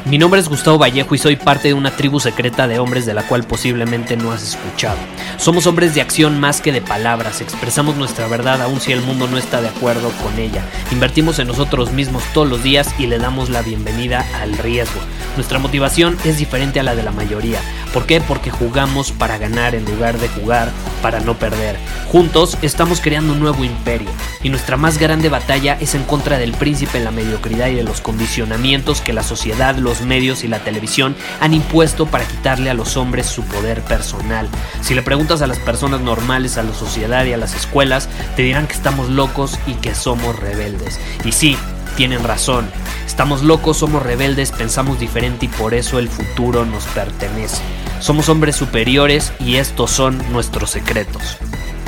Mi nombre es Gustavo Vallejo y soy parte de una tribu secreta de hombres de la cual posiblemente no has escuchado. Somos hombres de acción más que de palabras, expresamos nuestra verdad aun si el mundo no está de acuerdo con ella. Invertimos en nosotros mismos todos los días y le damos la bienvenida al riesgo. Nuestra motivación es diferente a la de la mayoría. ¿Por qué? Porque jugamos para ganar en lugar de jugar para no perder. Juntos estamos creando un nuevo imperio y nuestra más grande batalla es en contra del príncipe, la mediocridad y de los condicionamientos que la sociedad, los medios y la televisión han impuesto para quitarle a los hombres su poder personal. Si le preguntas a las personas normales, a la sociedad y a las escuelas, te dirán que estamos locos y que somos rebeldes. Y sí, tienen razón. Estamos locos, somos rebeldes, pensamos diferente y por eso el futuro nos pertenece. Somos hombres superiores y estos son nuestros secretos.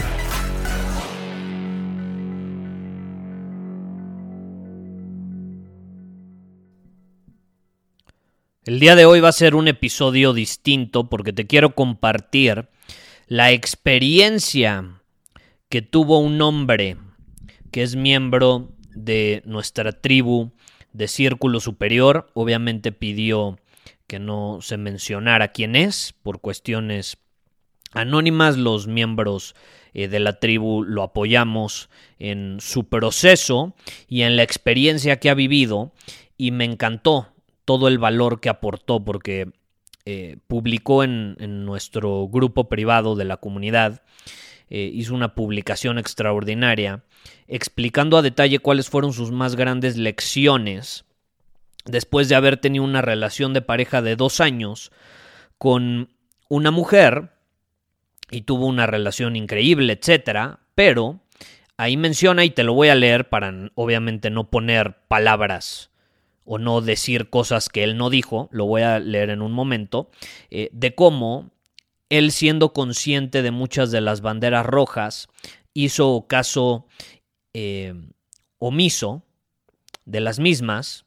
El día de hoy va a ser un episodio distinto porque te quiero compartir la experiencia que tuvo un hombre que es miembro de nuestra tribu de Círculo Superior. Obviamente pidió que no se mencionara quién es por cuestiones anónimas. Los miembros de la tribu lo apoyamos en su proceso y en la experiencia que ha vivido y me encantó todo el valor que aportó porque publicó en nuestro grupo privado de la comunidad, hizo una publicación extraordinaria explicando a detalle cuáles fueron sus más grandes lecciones después de haber tenido una relación de pareja de 2 años con una mujer y tuvo una relación increíble, etcétera, pero ahí menciona, y te lo voy a leer para obviamente no poner palabras o no decir cosas que él no dijo, lo voy a leer en un momento, de cómo él, siendo consciente de muchas de las banderas rojas, hizo caso omiso de las mismas,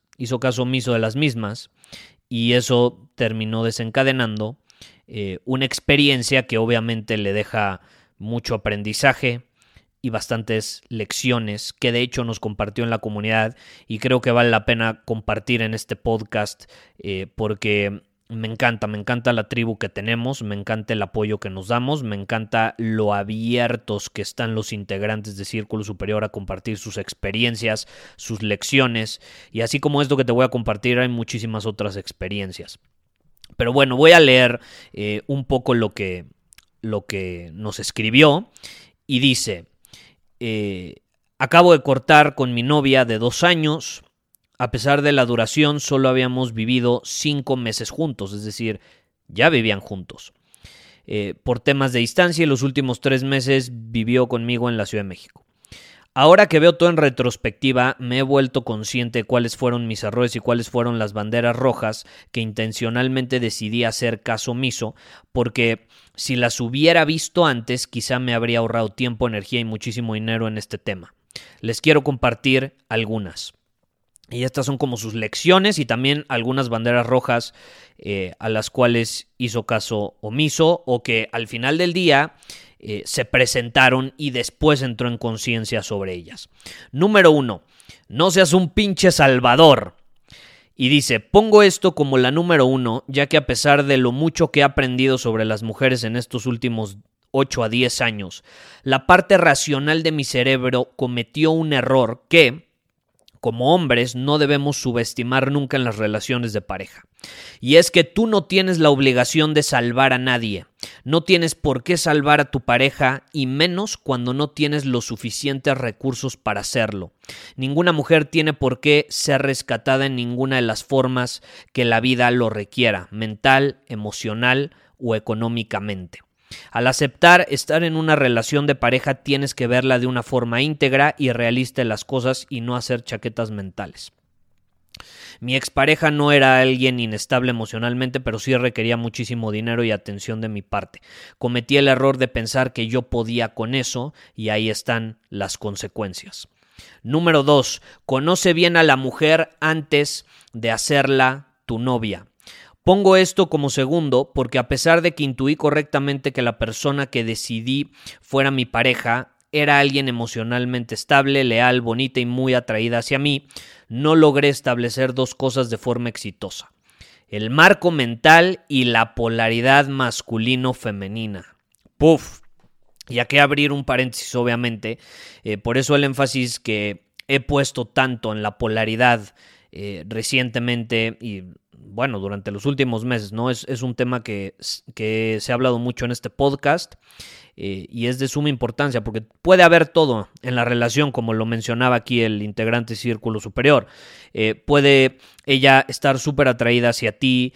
y eso terminó desencadenando una experiencia que obviamente le deja mucho aprendizaje y bastantes lecciones que de hecho nos compartió en la comunidad y creo que vale la pena compartir en este podcast porque me encanta la tribu que tenemos, me encanta el apoyo que nos damos, me encanta lo abiertos que están los integrantes de Círculo Superior a compartir sus experiencias, sus lecciones y así como esto que te voy a compartir hay muchísimas otras experiencias. Pero bueno, voy a leer un poco lo que nos escribió y dice: acabo de cortar con mi novia de 2 años. A pesar de la duración, solo habíamos vivido 5 meses juntos, es decir, ya vivían juntos. Por temas de distancia, y los últimos 3 meses vivió conmigo en la Ciudad de México. Ahora que veo todo en retrospectiva, me he vuelto consciente de cuáles fueron mis errores y cuáles fueron las banderas rojas que intencionalmente decidí hacer caso omiso, porque si las hubiera visto antes, quizá me habría ahorrado tiempo, energía y muchísimo dinero en este tema. Les quiero compartir algunas. Y estas son como sus lecciones y también algunas banderas rojas a las cuales hizo caso omiso o que al final del día se presentaron y después entró en conciencia sobre ellas. Número 1. No seas un pinche salvador. Y dice, pongo esto como la número 1, ya que a pesar de lo mucho que he aprendido sobre las mujeres en estos últimos 8 a 10 años, la parte racional de mi cerebro cometió un error que, como hombres, no debemos subestimar nunca en las relaciones de pareja. Y es que tú no tienes la obligación de salvar a nadie. No tienes por qué salvar a tu pareja y menos cuando no tienes los suficientes recursos para hacerlo. Ninguna mujer tiene por qué ser rescatada en ninguna de las formas que la vida lo requiera, mental, emocional o económicamente. Al aceptar estar en una relación de pareja tienes que verla de una forma íntegra y realista de las cosas y no hacer chaquetas mentales. Mi expareja no era alguien inestable emocionalmente, pero sí requería muchísimo dinero y atención de mi parte. Cometí el error de pensar que yo podía con eso y ahí están las consecuencias. Número 2. Conoce bien a la mujer antes de hacerla tu novia. Pongo esto como segundo porque a pesar de que intuí correctamente que la persona que decidí fuera mi pareja era alguien emocionalmente estable, leal, bonita y muy atraída hacia mí, no logré establecer 2 cosas de forma exitosa. el marco mental y la polaridad masculino-femenina. ¡Puf! Y aquí abrir un paréntesis, obviamente. Por eso el énfasis que he puesto tanto en la polaridad recientemente y, bueno, durante los últimos meses, ¿no? Es un tema que se ha hablado mucho en este podcast y es de suma importancia porque puede haber todo en la relación, como lo mencionaba aquí el integrante Círculo Superior. Puede ella estar súper atraída hacia ti,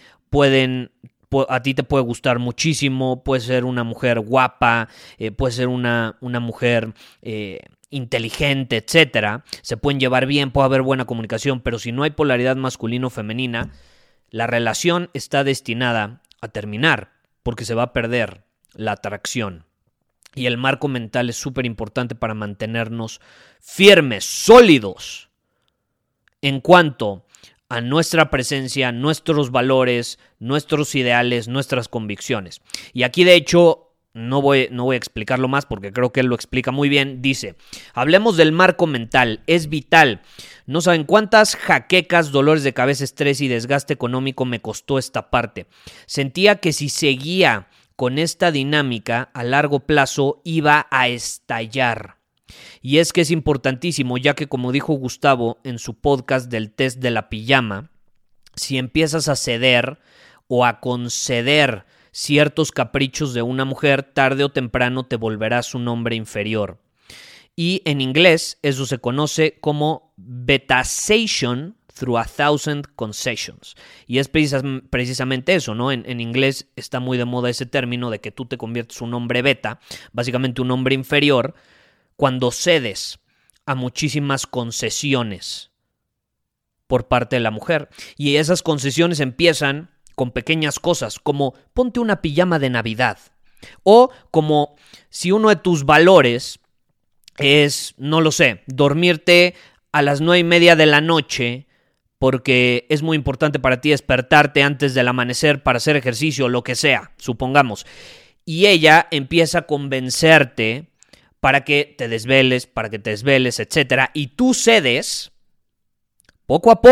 a ti te puede gustar muchísimo, puede ser una mujer guapa, puede ser una mujer inteligente, etcétera. Se pueden llevar bien, puede haber buena comunicación, pero si no hay polaridad masculino-femenina, la relación está destinada a terminar porque se va a perder la atracción. Y el marco mental es súper importante para mantenernos firmes, sólidos en cuanto a nuestra presencia, nuestros valores, nuestros ideales, nuestras convicciones. Y aquí, de hecho, no voy a explicarlo más porque creo que él lo explica muy bien. Dice, hablemos del marco mental, es vital. No saben cuántas jaquecas, dolores de cabeza, estrés y desgaste económico me costó esta parte. Sentía que si seguía con esta dinámica a largo plazo iba a estallar. Y es que es importantísimo, ya que como dijo Gustavo en su podcast del test de la pijama, si empiezas a ceder o a conceder ciertos caprichos de una mujer, tarde o temprano te volverás un hombre inferior. Y en inglés eso se conoce como betazation through 1,000 concessions. Y es precisamente eso, ¿no? En inglés está muy de moda ese término de que tú te conviertes en un hombre beta, básicamente un hombre inferior, cuando cedes a muchísimas concesiones por parte de la mujer. Y esas concesiones empiezan con pequeñas cosas, como ponte una pijama de Navidad. O como si uno de tus valores es, no lo sé, dormirte a las 9:30 de la noche porque es muy importante para ti despertarte antes del amanecer para hacer ejercicio o lo que sea, supongamos. Y ella empieza a convencerte para que te desveles, etcétera. Y tú cedes, poco a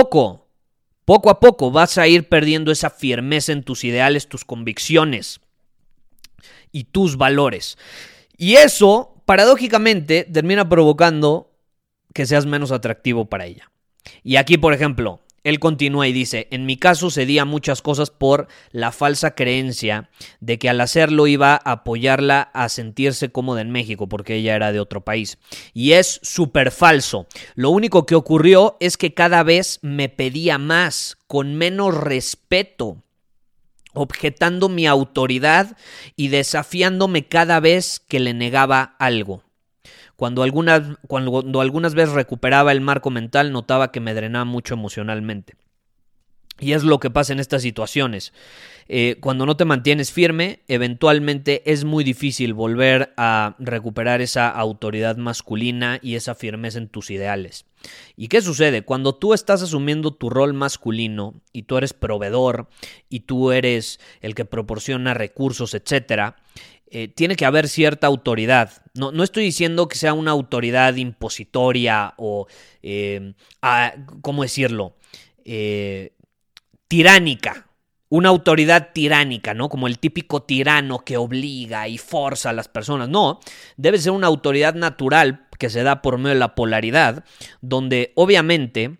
poco vas a ir perdiendo esa firmeza en tus ideales, tus convicciones y tus valores. Y eso, paradójicamente, termina provocando que seas menos atractivo para ella. Y aquí, por ejemplo, él continúa y dice, en mi caso cedía muchas cosas por la falsa creencia de que al hacerlo iba a apoyarla a sentirse cómoda en México porque ella era de otro país. Y es súper falso. Lo único que ocurrió es que cada vez me pedía más, con menos respeto, objetando mi autoridad y desafiándome cada vez que le negaba algo. Cuando algunas veces recuperaba el marco mental, notaba que me drenaba mucho emocionalmente. Y es lo que pasa en estas situaciones. Cuando no te mantienes firme, eventualmente es muy difícil volver a recuperar esa autoridad masculina y esa firmeza en tus ideales. ¿Y qué sucede? Cuando tú estás asumiendo tu rol masculino y tú eres proveedor y tú eres el que proporciona recursos, etcétera, tiene que haber cierta autoridad. No estoy diciendo que sea una autoridad impositoria o, ¿cómo decirlo? Tiránica. Una autoridad tiránica, ¿no? Como el típico tirano que obliga y forza a las personas. No, debe ser una autoridad natural que se da por medio de la polaridad, donde obviamente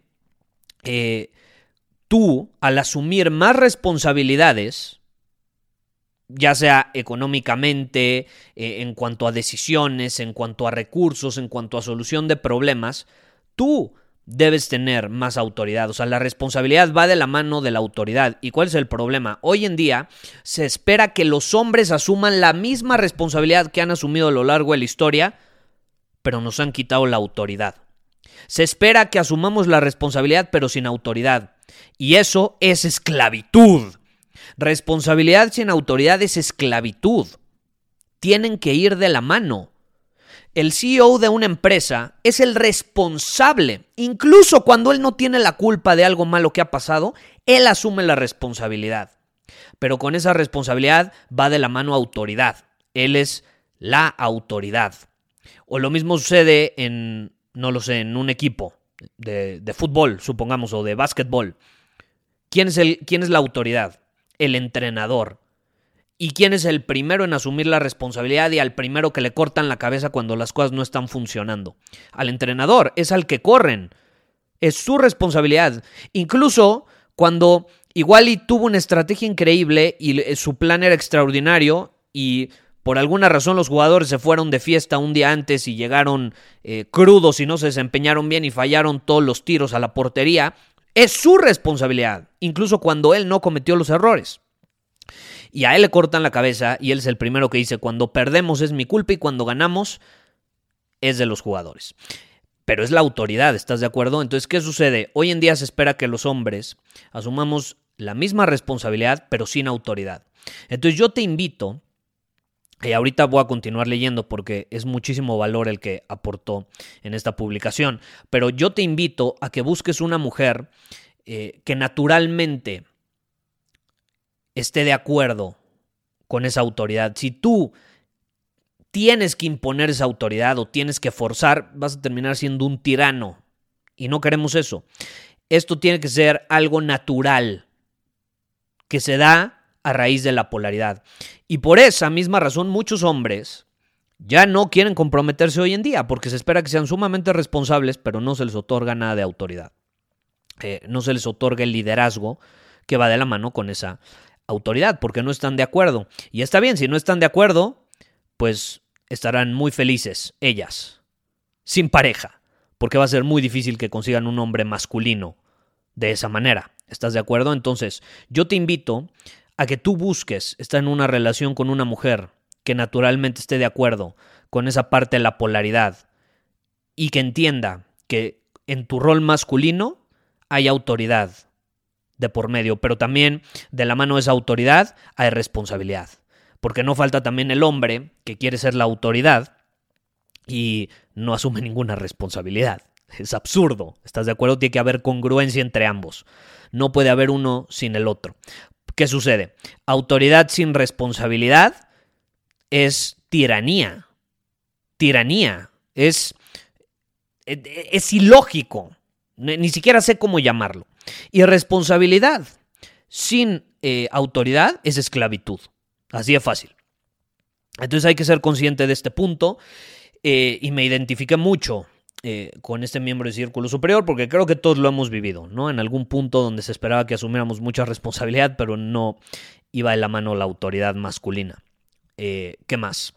tú, al asumir más responsabilidades, ya sea económicamente, en cuanto a decisiones, en cuanto a recursos, en cuanto a solución de problemas, tú debes tener más autoridad. O sea, la responsabilidad va de la mano de la autoridad. ¿Y cuál es el problema? Hoy en día se espera que los hombres asuman la misma responsabilidad que han asumido a lo largo de la historia, pero nos han quitado la autoridad. Se espera que asumamos la responsabilidad, pero sin autoridad. Y eso es esclavitud. Responsabilidad sin autoridad es esclavitud. Tienen que ir de la mano. El CEO de una empresa es el responsable. Incluso cuando él no tiene la culpa de algo malo que ha pasado, él asume la responsabilidad. Pero con esa responsabilidad va de la mano autoridad. Él es la autoridad. O lo mismo sucede en un equipo de fútbol, supongamos, o de básquetbol. ¿Quién es la autoridad? El entrenador. ¿Y quién es el primero en asumir la responsabilidad y al primero que le cortan la cabeza cuando las cosas no están funcionando? Al entrenador, es al que corren. Es su responsabilidad. Incluso cuando igual y tuvo una estrategia increíble y su plan era extraordinario y por alguna razón los jugadores se fueron de fiesta un día antes y llegaron crudos y no se desempeñaron bien y fallaron todos los tiros a la portería, es su responsabilidad, incluso cuando él no cometió los errores. Y a él le cortan la cabeza y él es el primero que dice, cuando perdemos es mi culpa y cuando ganamos es de los jugadores. Pero es la autoridad, ¿estás de acuerdo? Entonces, ¿qué sucede? Hoy en día se espera que los hombres asumamos la misma responsabilidad, pero sin autoridad. Entonces, yo te invito, y ahorita voy a continuar leyendo porque es muchísimo valor el que aportó en esta publicación, pero yo te invito a que busques una mujer que naturalmente esté de acuerdo con esa autoridad. Si tú tienes que imponer esa autoridad o tienes que forzar, vas a terminar siendo un tirano. Y no queremos eso. Esto tiene que ser algo natural, que se da a raíz de la polaridad. Y por esa misma razón, muchos hombres ya no quieren comprometerse hoy en día, porque se espera que sean sumamente responsables, pero no se les otorga nada de autoridad. No se les otorga el liderazgo que va de la mano con esa autoridad, porque no están de acuerdo. Y está bien, si no están de acuerdo, pues estarán muy felices ellas, sin pareja, porque va a ser muy difícil que consigan un hombre masculino de esa manera. ¿Estás de acuerdo? Entonces, yo te invito a que tú busques estar en una relación con una mujer que naturalmente esté de acuerdo con esa parte de la polaridad y que entienda que en tu rol masculino hay autoridad de por medio, pero también de la mano de esa autoridad hay responsabilidad. Porque no falta también el hombre que quiere ser la autoridad y no asume ninguna responsabilidad. Es absurdo, ¿estás de acuerdo? Tiene que haber congruencia entre ambos. No puede haber uno sin el otro. ¿Qué sucede? Autoridad sin responsabilidad es tiranía. Tiranía. Es ilógico. Ni siquiera sé cómo llamarlo. Y responsabilidad sin autoridad es esclavitud. Así de fácil. Entonces hay que ser consciente de este punto y me identifiqué mucho con este miembro del Círculo Superior porque creo que todos lo hemos vivido, ¿no? En algún punto donde se esperaba que asumiéramos mucha responsabilidad, pero no iba de la mano la autoridad masculina. ¿Qué más?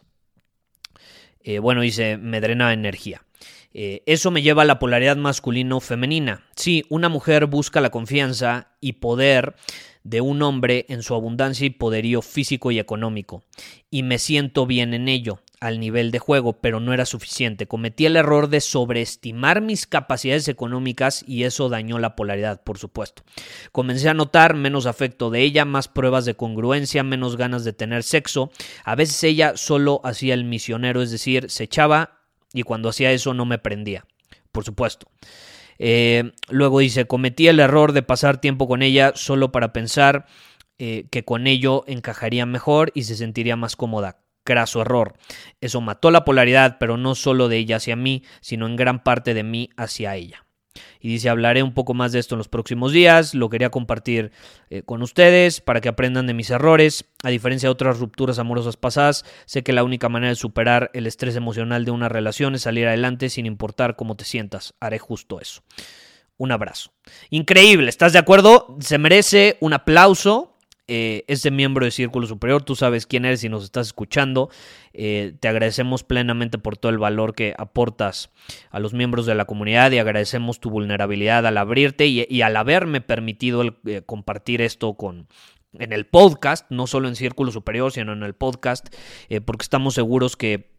Bueno, dice, me drena energía. Eso me lleva a la polaridad masculino-femenina. Sí, una mujer busca la confianza y poder de un hombre en su abundancia y poderío físico y económico. Y me siento bien en ello, al nivel de juego, pero no era suficiente. Cometí el error de sobreestimar mis capacidades económicas y eso dañó la polaridad, por supuesto. Comencé a notar menos afecto de ella, más pruebas de congruencia, menos ganas de tener sexo. A veces ella solo hacía el misionero, es decir, se echaba y cuando hacía eso no me prendía, por supuesto. Luego dice, cometí el error de pasar tiempo con ella solo para pensar que con ello encajaría mejor y se sentiría más cómoda. Craso error. Eso mató la polaridad, pero no solo de ella hacia mí, sino en gran parte de mí hacia ella. Y dice, hablaré un poco más de esto en los próximos días, lo quería compartir con ustedes para que aprendan de mis errores. A diferencia de otras rupturas amorosas pasadas, sé que la única manera de superar el estrés emocional de una relación es salir adelante sin importar cómo te sientas. Haré justo eso. Un abrazo. Increíble, ¿estás de acuerdo? Se merece un aplauso. Este miembro de Círculo Superior, tú sabes quién eres y nos estás escuchando. Te agradecemos plenamente por todo el valor que aportas a los miembros de la comunidad y agradecemos tu vulnerabilidad al abrirte y al haberme permitido compartir esto en el podcast, no solo en Círculo Superior, sino en el podcast, porque estamos seguros que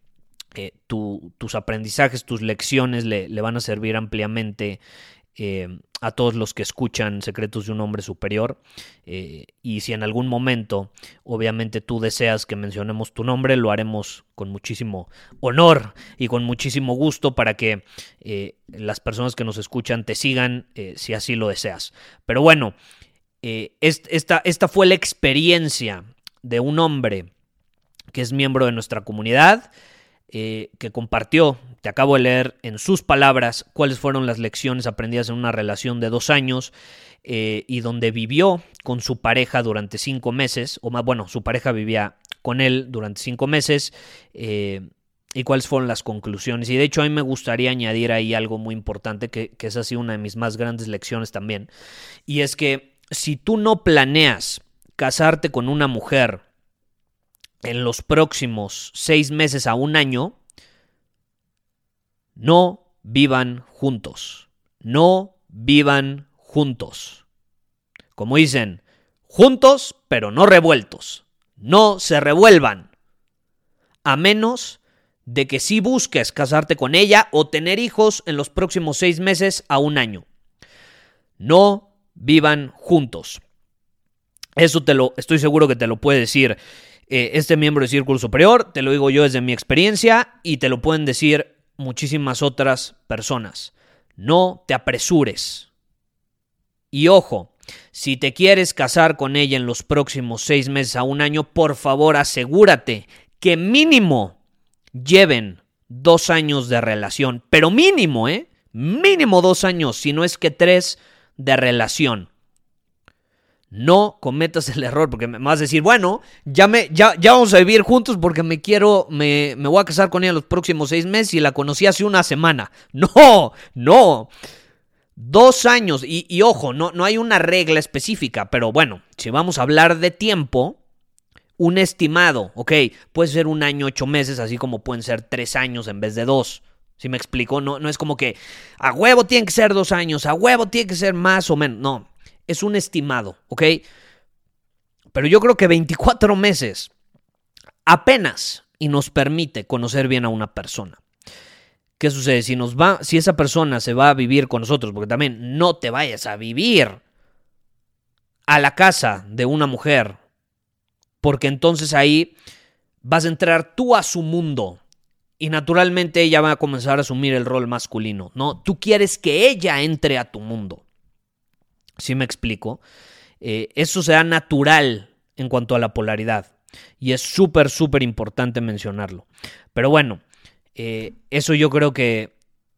tus aprendizajes, tus lecciones le van a servir ampliamente a todos los que escuchan Secretos de un Hombre Superior, y si en algún momento obviamente tú deseas que mencionemos tu nombre, lo haremos con muchísimo honor y con muchísimo gusto para que las personas que nos escuchan te sigan si así lo deseas. Pero bueno, esta fue la experiencia de un hombre que es miembro de nuestra comunidad, que compartió Te acabo de leer en sus palabras cuáles fueron las lecciones aprendidas en una relación de 2 años y donde vivió con su pareja durante 5 meses, o más, bueno, su pareja vivía con él durante 5 meses y cuáles fueron las conclusiones. Y de hecho a mí me gustaría añadir ahí algo muy importante que es así una de mis más grandes lecciones también. Y es que si tú no planeas casarte con una mujer en los próximos 6 meses a 1 año, no vivan juntos. No vivan juntos. Como dicen, juntos pero no revueltos. No se revuelvan. A menos de que sí busques casarte con ella o tener hijos en los próximos 6 meses a 1 año. No vivan juntos. Eso estoy seguro que te lo puede decir este miembro de Círculo Superior, te lo digo yo desde mi experiencia y te lo pueden decir muchísimas otras personas. No te apresures. Y ojo, si te quieres casar con ella en los próximos 6 meses a 1 año, por favor asegúrate que mínimo lleven 2 años de relación. Pero mínimo, mínimo 2 años, si no es que 3 de relación. No cometas el error, porque me vas a decir, bueno, ya vamos a vivir juntos porque me voy a casar con ella en los próximos 6 meses y la conocí hace una semana. No. 2 años, y ojo, no hay una regla específica, pero bueno, si vamos a hablar de tiempo, un estimado, ok, puede ser 1 año, 8 meses, así como pueden ser 3 años en vez de 2. ¿Sí me explico? No es como que a huevo tiene que ser 2 años, a huevo tiene que ser más o menos, no. Es un estimado, ¿ok? Pero yo creo que 24 meses apenas y nos permite conocer bien a una persona. ¿Qué sucede? Si esa persona se va a vivir con nosotros, porque también no te vayas a vivir a la casa de una mujer, porque entonces ahí vas a entrar tú a su mundo y naturalmente ella va a comenzar a asumir el rol masculino, ¿no? Tú quieres que ella entre a tu mundo. ¿Sí me explico? Eso se da natural en cuanto a la polaridad. Y es súper, súper importante mencionarlo. Pero bueno, eso yo creo que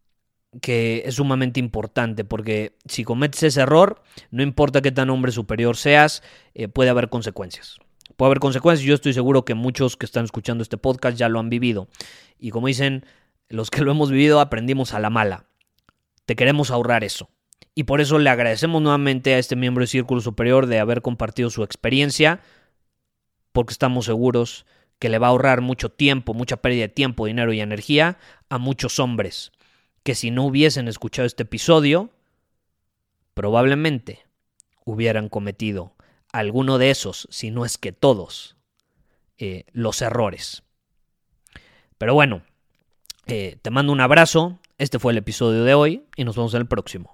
es sumamente importante. Porque si cometes ese error, no importa qué tan hombre superior seas, puede haber consecuencias. Puede haber consecuencias. Yo estoy seguro que muchos que están escuchando este podcast ya lo han vivido. Y como dicen, los que lo hemos vivido aprendimos a la mala. Te queremos ahorrar eso. Y por eso le agradecemos nuevamente a este miembro de Círculo Superior de haber compartido su experiencia, porque estamos seguros que le va a ahorrar mucho tiempo, mucha pérdida de tiempo, dinero y energía a muchos hombres que si no hubiesen escuchado este episodio, probablemente hubieran cometido alguno de esos, si no es que todos, los errores. Pero bueno, te mando un abrazo, este fue el episodio de hoy y nos vemos en el próximo.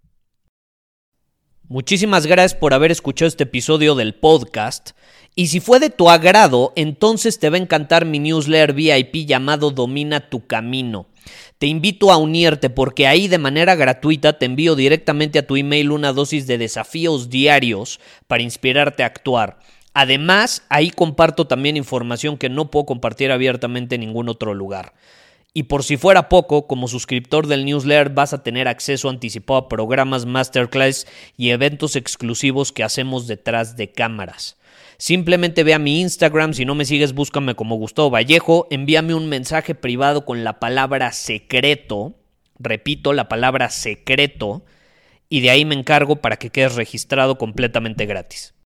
Muchísimas gracias por haber escuchado este episodio del podcast y si fue de tu agrado, entonces te va a encantar mi newsletter VIP llamado Domina tu Camino. Te invito a unirte porque ahí de manera gratuita te envío directamente a tu email una dosis de desafíos diarios para inspirarte a actuar. Además, ahí comparto también información que no puedo compartir abiertamente en ningún otro lugar. Y por si fuera poco, como suscriptor del newsletter vas a tener acceso anticipado a programas, masterclass y eventos exclusivos que hacemos detrás de cámaras. Simplemente ve a mi Instagram, si no me sigues búscame como Gustavo Vallejo, envíame un mensaje privado con la palabra secreto, repito, la palabra secreto, y de ahí me encargo para que quedes registrado completamente gratis.